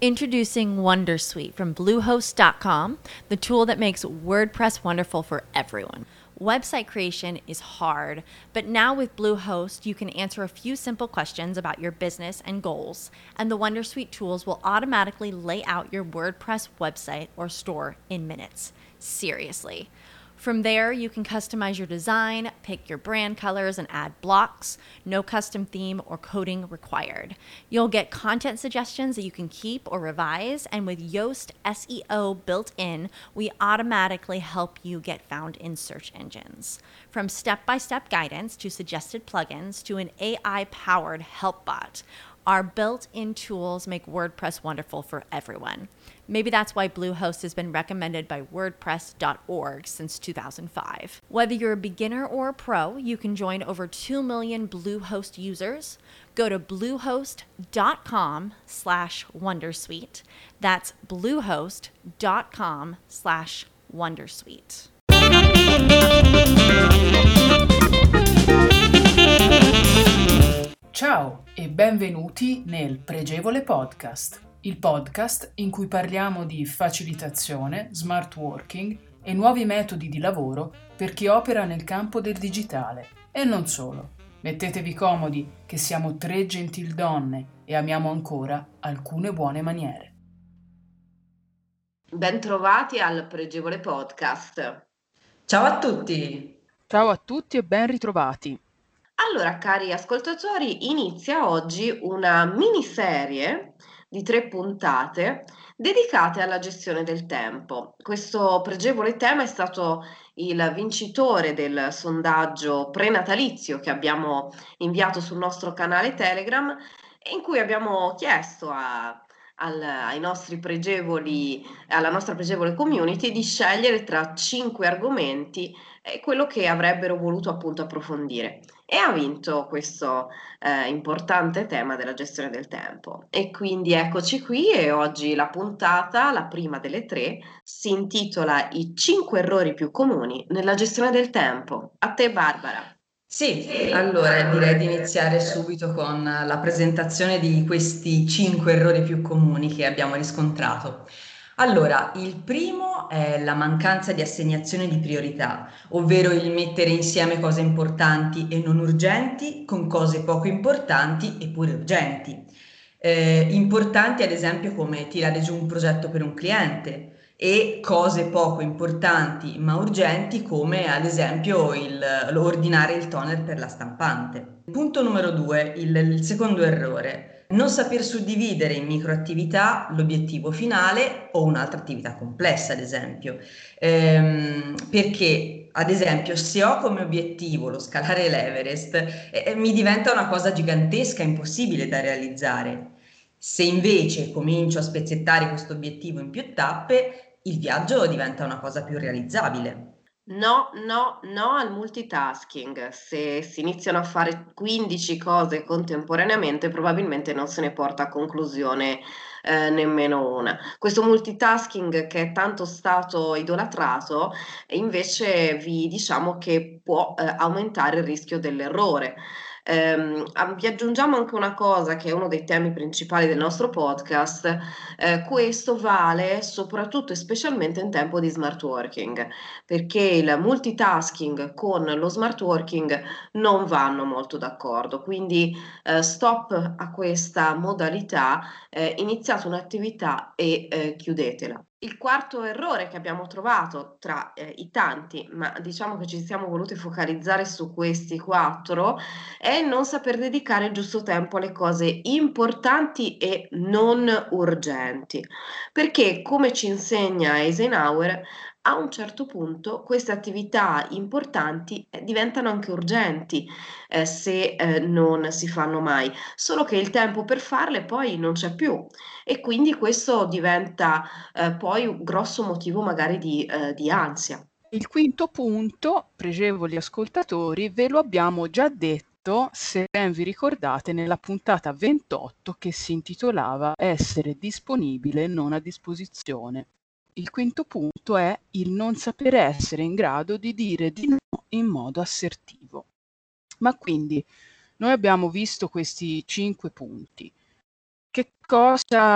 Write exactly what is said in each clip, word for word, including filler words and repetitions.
Introducing Wondersuite from Bluehost dot com, the tool that makes WordPress wonderful for everyone. Website creation is hard, but now with Bluehost, you can answer a few simple questions about your business and goals, and the Wondersuite tools will automatically lay out your WordPress website or store in minutes. Seriously. From there, you can customize your design, pick your brand colors, and add blocks. No custom theme or coding required. You'll get content suggestions that you can keep or revise, and with Yoast S E O built in, we automatically help you get found in search engines. From step-by-step guidance to suggested plugins to an A I-powered help bot, our built-in tools make WordPress wonderful for everyone. Maybe that's why Bluehost has been recommended by WordPress dot org since two thousand five. Whether you're a beginner or a pro, you can join over two million Bluehost users. Go to bluehost dot com slash wondersuite. That's bluehost dot com slash wondersuite. Ciao e benvenuti nel Pregevole Podcast, il podcast in cui parliamo di facilitazione, smart working e nuovi metodi di lavoro per chi opera nel campo del digitale. E non solo. Mettetevi comodi che siamo tre gentildonne e amiamo ancora alcune buone maniere. Bentrovati al Pregevole Podcast. Ciao a tutti! Ciao a tutti e ben ritrovati. Allora, cari ascoltatori, inizia oggi una miniserie di tre puntate dedicate alla gestione del tempo. Questo pregevole tema è stato il vincitore del sondaggio prenatalizio che abbiamo inviato sul nostro canale Telegram, in cui abbiamo chiesto a Al, ai nostri pregevoli, alla nostra pregevole community di scegliere tra cinque argomenti eh, quello che avrebbero voluto appunto approfondire, e ha vinto questo eh, importante tema della gestione del tempo. E quindi eccoci qui, e oggi la puntata, la prima delle tre, si intitola I cinque errori più comuni nella gestione del tempo. A te, Barbara. Sì, allora direi di iniziare subito con la presentazione di questi cinque errori più comuni che abbiamo riscontrato. Allora, il primo è la mancanza di assegnazione di priorità, ovvero il mettere insieme cose importanti e non urgenti con cose poco importanti eppure urgenti. Eh, importanti ad esempio come tirare giù un progetto per un cliente, e cose poco importanti ma urgenti come ad esempio il, ordinare il toner per la stampante. Punto numero due, il, il secondo errore: non saper suddividere in microattività l'obiettivo finale o un'altra attività complessa, ad esempio. Ehm, perché, ad esempio, se ho come obiettivo lo scalare l'Everest, eh, mi diventa una cosa gigantesca, impossibile da realizzare. Se invece comincio a spezzettare questo obiettivo in più tappe, il viaggio diventa una cosa più realizzabile. No, no, no al multitasking. Se si iniziano a fare quindici cose contemporaneamente, probabilmente non se ne porta a conclusione eh, nemmeno una. Questo multitasking che è tanto stato idolatrato, invece vi diciamo che può eh, aumentare il rischio dell'errore. Eh, vi aggiungiamo anche una cosa che è uno dei temi principali del nostro podcast. Eh, questo vale soprattutto e specialmente in tempo di smart working, perché il multitasking con lo smart working non vanno molto d'accordo, quindi eh, stop a questa modalità, eh, iniziate un'attività e eh, chiudetela. Il quarto errore che abbiamo trovato tra eh, i tanti, ma diciamo che ci siamo voluti focalizzare su questi quattro, è non saper dedicare il giusto tempo alle cose importanti e non urgenti, perché come ci insegna Eisenhower, a un certo punto queste attività importanti eh, diventano anche urgenti eh, se eh, non si fanno mai, solo che il tempo per farle poi non c'è più, e quindi questo diventa eh, poi un grosso motivo magari di, eh, di ansia. Il quinto punto, pregevoli ascoltatori, ve lo abbiamo già detto, se ben vi ricordate, nella puntata ventotto che si intitolava Essere disponibile, non a disposizione. Il quinto punto è il non saper essere in grado di dire di no in modo assertivo. Ma quindi noi abbiamo visto questi cinque punti. Che cosa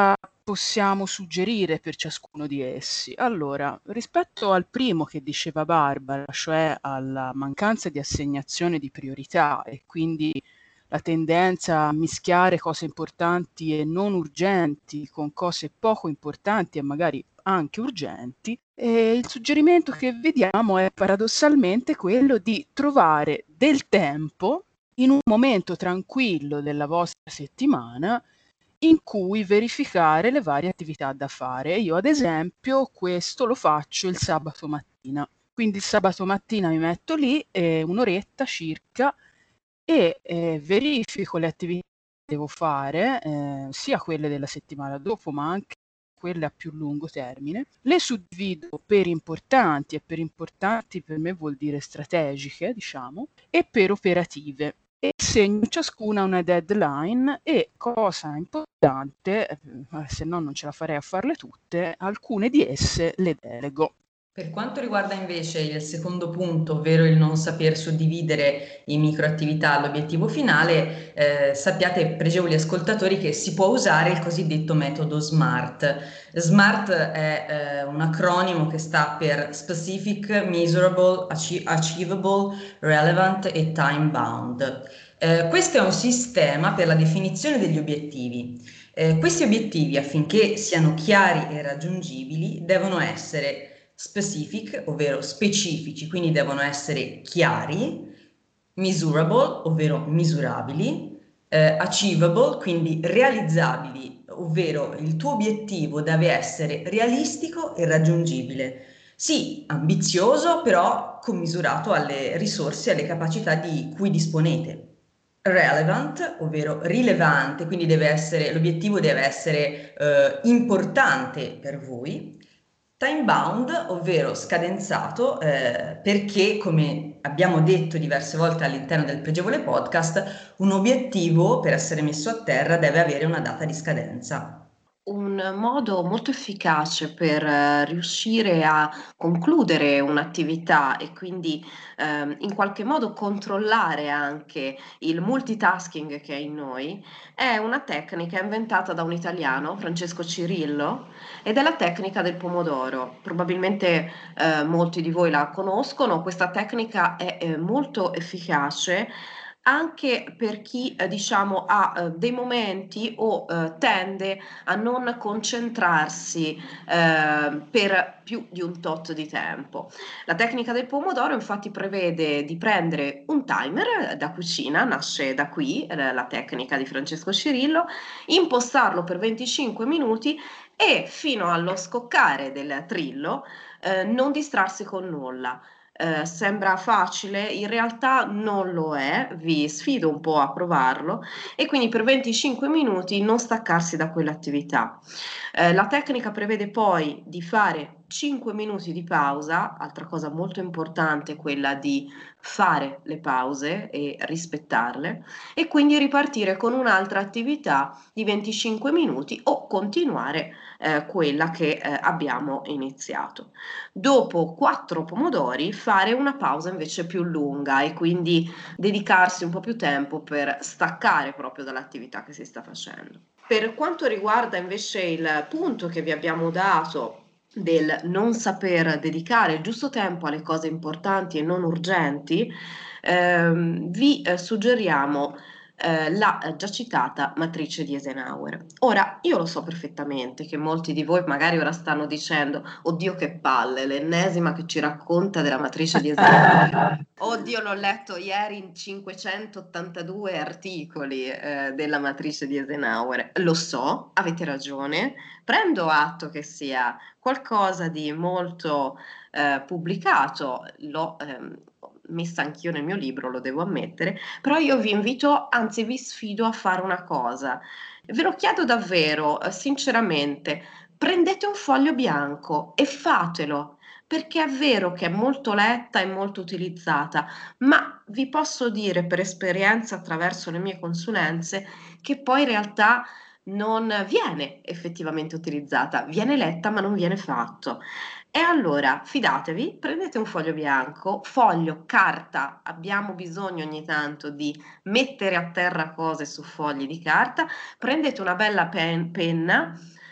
possiamo suggerire per ciascuno di essi? Allora, rispetto al primo che diceva Barbara, cioè alla mancanza di assegnazione di priorità e quindi la tendenza a mischiare cose importanti e non urgenti con cose poco importanti e magari anche urgenti, e il suggerimento che vediamo è paradossalmente quello di trovare del tempo in un momento tranquillo della vostra settimana in cui verificare le varie attività da fare. Io ad esempio questo lo faccio il sabato mattina, quindi il sabato mattina mi metto lì eh, un'oretta circa e eh, verifico le attività che devo fare, eh, sia quelle della settimana dopo ma anche quelle a più lungo termine, le suddivido per importanti, e per importanti per me vuol dire strategiche, diciamo, e per operative. E segno ciascuna una deadline e, cosa importante, eh, se no non ce la farei a farle tutte, alcune di esse le delego. Per quanto riguarda invece il secondo punto, ovvero il non saper suddividere in microattività all'obiettivo finale, eh, sappiate, pregevoli ascoltatori, che si può usare il cosiddetto metodo SMART. SMART è eh, un acronimo che sta per Specific, Measurable, Achie- Achievable, Relevant e Time Bound. Eh, questo è un sistema per la definizione degli obiettivi. Eh, questi obiettivi, affinché siano chiari e raggiungibili, devono essere specific, ovvero specifici, quindi devono essere chiari, measurable, ovvero misurabili, eh, achievable, quindi realizzabili, ovvero il tuo obiettivo deve essere realistico e raggiungibile. Sì, ambizioso, però commisurato alle risorse e alle capacità di cui disponete. Relevant, ovvero rilevante, quindi deve essere, l'obiettivo deve essere eh, importante per voi. Time bound, ovvero scadenzato, eh, perché, come abbiamo detto diverse volte all'interno del pregevole podcast, un obiettivo per essere messo a terra deve avere una data di scadenza. Un modo molto efficace per eh, riuscire a concludere un'attività e quindi ehm, in qualche modo controllare anche il multitasking che è in noi è una tecnica inventata da un italiano, Francesco Cirillo, ed è la tecnica del pomodoro. Probabilmente eh, molti di voi la conoscono. Questa tecnica è eh, molto efficace anche per chi eh, diciamo ha eh, dei momenti o eh, tende a non concentrarsi eh, per più di un tot di tempo. La tecnica del pomodoro infatti prevede di prendere un timer da cucina, nasce da qui eh, la tecnica di Francesco Cirillo, impostarlo per venticinque minuti e fino allo scoccare del trillo eh, non distrarsi con nulla. Eh, sembra facile, in realtà non lo è, vi sfido un po' a provarlo e quindi per venticinque minuti non staccarsi da quell'attività. Eh, la tecnica prevede poi di fare cinque minuti di pausa, altra cosa molto importante è quella di fare le pause e rispettarle e quindi ripartire con un'altra attività di venticinque minuti o continuare eh, quella che eh, abbiamo iniziato. Dopo quattro pomodori fare una pausa invece più lunga e quindi dedicarsi un po' più tempo per staccare proprio dall'attività che si sta facendo. Per quanto riguarda invece il punto che vi abbiamo dato del non saper dedicare il giusto tempo alle cose importanti e non urgenti, ehm, vi eh, suggeriamo eh, la eh, già citata matrice di Eisenhower. Ora, io lo so perfettamente che molti di voi magari ora stanno dicendo, oddio che palle, l'ennesima che ci racconta della matrice di Eisenhower. Oddio, l'ho letto ieri in cinquecentottantadue articoli eh, della matrice di Eisenhower. Lo so, avete ragione, prendo atto che sia qualcosa di molto eh, pubblicato, l'ho ehm, messa anch'io nel mio libro, lo devo ammettere, però io vi invito, anzi vi sfido a fare una cosa. Ve lo chiedo davvero, eh, sinceramente, prendete un foglio bianco e fatelo, perché è vero che è molto letta e molto utilizzata, ma vi posso dire per esperienza attraverso le mie consulenze che poi in realtà non viene effettivamente utilizzata, viene letta ma non viene fatto. E allora fidatevi, prendete un foglio bianco, foglio, carta, abbiamo bisogno ogni tanto di mettere a terra cose su fogli di carta, prendete una bella pen- penna,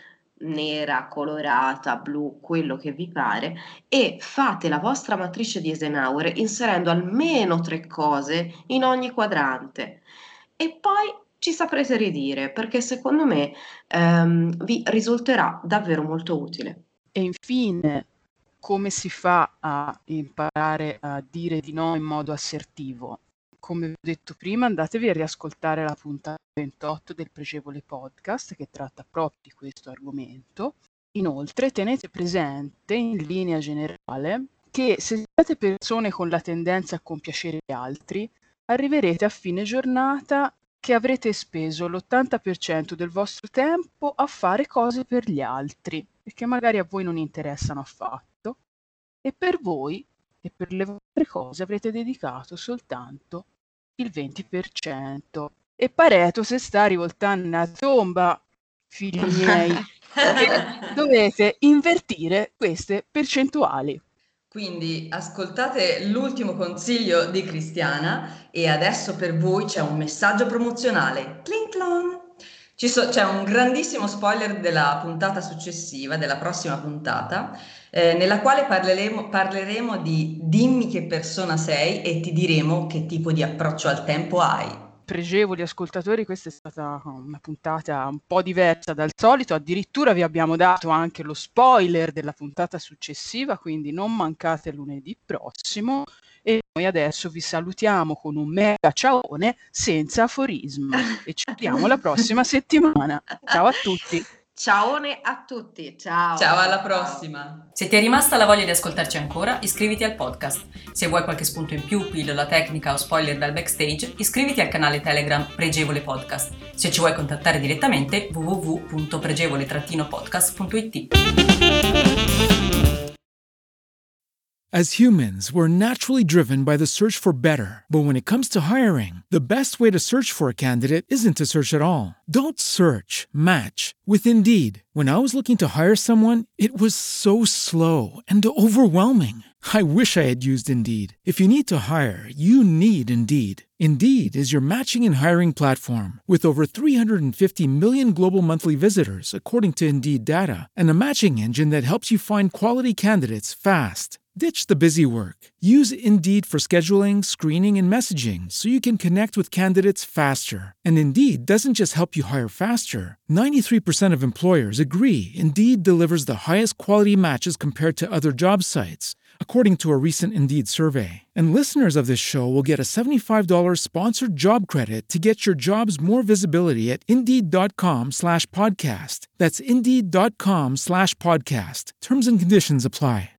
nera, colorata, blu, quello che vi pare, e fate la vostra matrice di Eisenhower inserendo almeno tre cose in ogni quadrante e poi ci saprete ridire, perché secondo me ehm, vi risulterà davvero molto utile. E infine, come si fa a imparare a dire di no in modo assertivo? Come vi ho detto prima, andatevi a riascoltare la puntata ventotto del Pregevole Podcast che tratta proprio di questo argomento. Inoltre, tenete presente in linea generale che se siete persone con la tendenza a compiacere gli altri, arriverete a fine giornata che avrete speso l'ottanta per cento del vostro tempo a fare cose per gli altri, perché magari a voi non interessano affatto, e per voi e per le vostre cose avrete dedicato soltanto il venti per cento. E Pareto se sta rivoltando una tomba, figli miei, e dovete invertire queste percentuali. Quindi ascoltate l'ultimo consiglio di Cristiana e adesso per voi c'è un messaggio promozionale. Clink clon! Ci so- c'è un grandissimo spoiler della puntata successiva, della prossima puntata, eh, nella quale parleremo, parleremo di dimmi che persona sei e ti diremo che tipo di approccio al tempo hai. Pregevoli ascoltatori, questa è stata una puntata un po' diversa dal solito, addirittura vi abbiamo dato anche lo spoiler della puntata successiva, quindi non mancate lunedì prossimo e noi adesso vi salutiamo con un mega ciaone senza aforismi e ci vediamo la prossima settimana. Ciao a tutti! Ciaone a tutti, ciao! Ciao, alla prossima! Se ti è rimasta la voglia di ascoltarci ancora, iscriviti al podcast. Se vuoi qualche spunto in più, pillola tecnica o spoiler dal backstage, iscriviti al canale Telegram Pregevole Podcast. Se ci vuoi contattare direttamente, w w w punto pregevole podcast punto i t. As humans, we're naturally driven by the search for better. But when it comes to hiring, the best way to search for a candidate isn't to search at all. Don't search, match with Indeed. When I was looking to hire someone, it was so slow and overwhelming. I wish I had used Indeed. If you need to hire, you need Indeed. Indeed is your matching and hiring platform with over three hundred fifty million global monthly visitors, according to Indeed data, and a matching engine that helps you find quality candidates fast. Ditch the busy work. Use Indeed for scheduling, screening, and messaging so you can connect with candidates faster. And Indeed doesn't just help you hire faster. ninety-three percent of employers agree Indeed delivers the highest quality matches compared to other job sites, according to a recent Indeed survey. And listeners of this show will get a seventy-five dollars sponsored job credit to get your jobs more visibility at Indeed.com slash podcast. That's Indeed.com slash podcast. Terms and conditions apply.